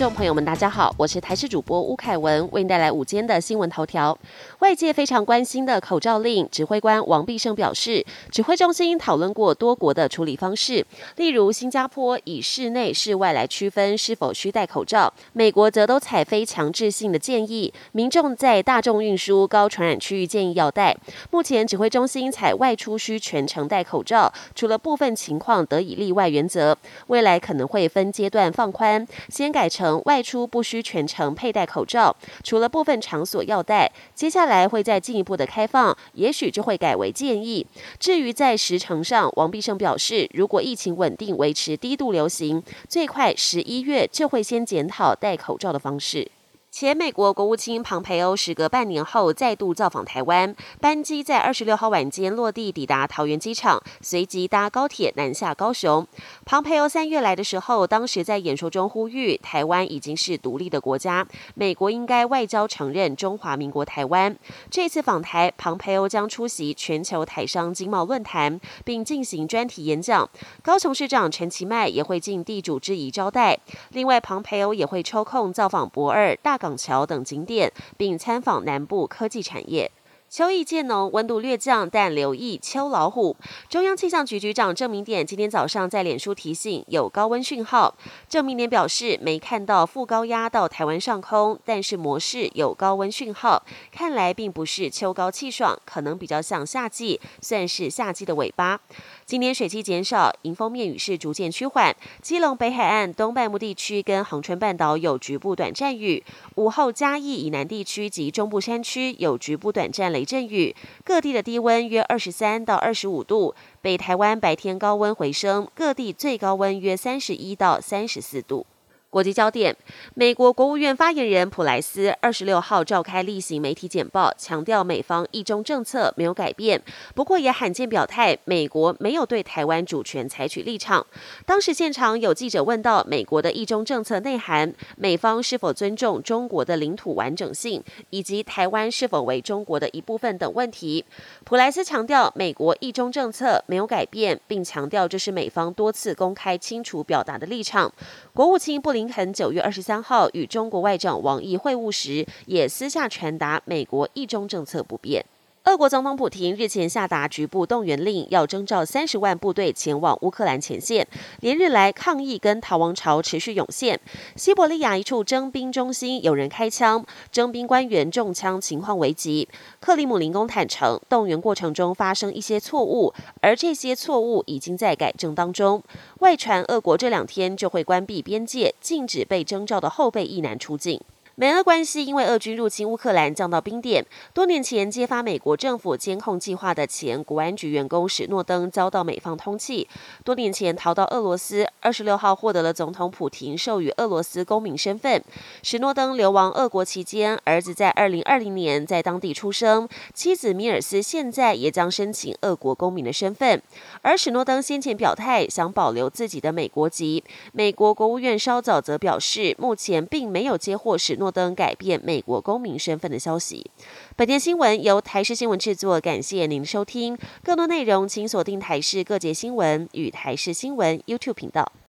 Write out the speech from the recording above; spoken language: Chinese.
众朋友们，大家好，我是台视主播吴凯文，为您带来午间的新闻头条。外界非常关心的口罩令，指挥官王必胜表示，指挥中心讨论过多国的处理方式，例如新加坡以室内、室外来区分是否需戴口罩，美国则都采非强制性的建议，民众在大众运输、高传染区域建议要戴。目前指挥中心采外出需全程戴口罩，除了部分情况得以例外原则，未来可能会分阶段放宽，先改成外出不需全程佩戴口罩，除了部分场所要戴，接下来会再进一步的开放，也许就会改为建议。至于在时程上，王必胜表示，如果疫情稳定维持低度流行，最快11月就会先检讨戴口罩的方式。前美国国务卿庞培欧时隔半年后再度造访台湾，班机在26号晚间落地抵达桃园机场，随即搭高铁南下高雄。庞培欧3月来的时候，当时在演说中呼吁，台湾已经是独立的国家，美国应该外交承认中华民国台湾。这次访台，庞培欧将出席全球台商经贸论坛，并进行专题演讲。高雄市长陈其迈也会尽地主之谊招待。另外，庞培欧也会抽空造访駁二、大港桥等景点，并参访南部科技产业。秋意渐浓，温度略降，但留意秋老虎。中央气象局局长郑明典今天早上在脸书提醒有高温讯号。郑明典表示，没看到副高压到台湾上空，但是模式有高温讯号，看来并不是秋高气爽，可能比较像夏季，算是夏季的尾巴。今年水汽减少，迎风面雨势逐渐趋缓，基隆北海岸、东半部地区跟恒春半岛有局部短暂雨，午后嘉义以南地区及中部山区有局部短暂雷阵雨，各地的低温约23到25度，北台湾白天高温回升，各地最高温约31到34度。国际焦点，美国国务院发言人普莱斯26号召开例行媒体简报，强调美方一中政策没有改变，不过也罕见表态，美国没有对台湾主权采取立场。当时现场有记者问到美国的一中政策内涵，美方是否尊重中国的领土完整性，以及台湾是否为中国的一部分等问题。普莱斯强调，美国一中政策没有改变，并强调这是美方多次公开清楚表达的立场。国务卿布林肯9月23号与中国外长王毅会晤时，也私下传达美国一中政策不变。俄国总统普亭日前下达局部动员令，要征召30万部队前往乌克兰前线。连日来，抗议跟逃亡潮持续涌现。西伯利亚一处征兵中心有人开枪，征兵官员中枪，情况危急。克里姆林宫坦承，动员过程中发生一些错误，而这些错误已经在改正当中。外传俄国这2天就会关闭边界，禁止被征召的后备役男出境。美俄关系因为俄军入侵乌克兰降到冰点。多年前揭发美国政府监控计划的前国安局员工史诺登遭到美方通缉，多年前逃到俄罗斯，26号获得了总统普亭授予俄罗斯公民身份。史诺登流亡俄国期间，儿子在2020年在当地出生，妻子米尔斯现在也将申请俄国公民的身份。而史诺登先前表态想保留自己的美国籍，美国国务院稍早则表示，目前并没有接获史诺登改变美国公民身份的消息。本节新闻由台视新闻制作，感谢您的收听。更多内容请锁定台视各节新闻与台视新闻 YouTube 频道。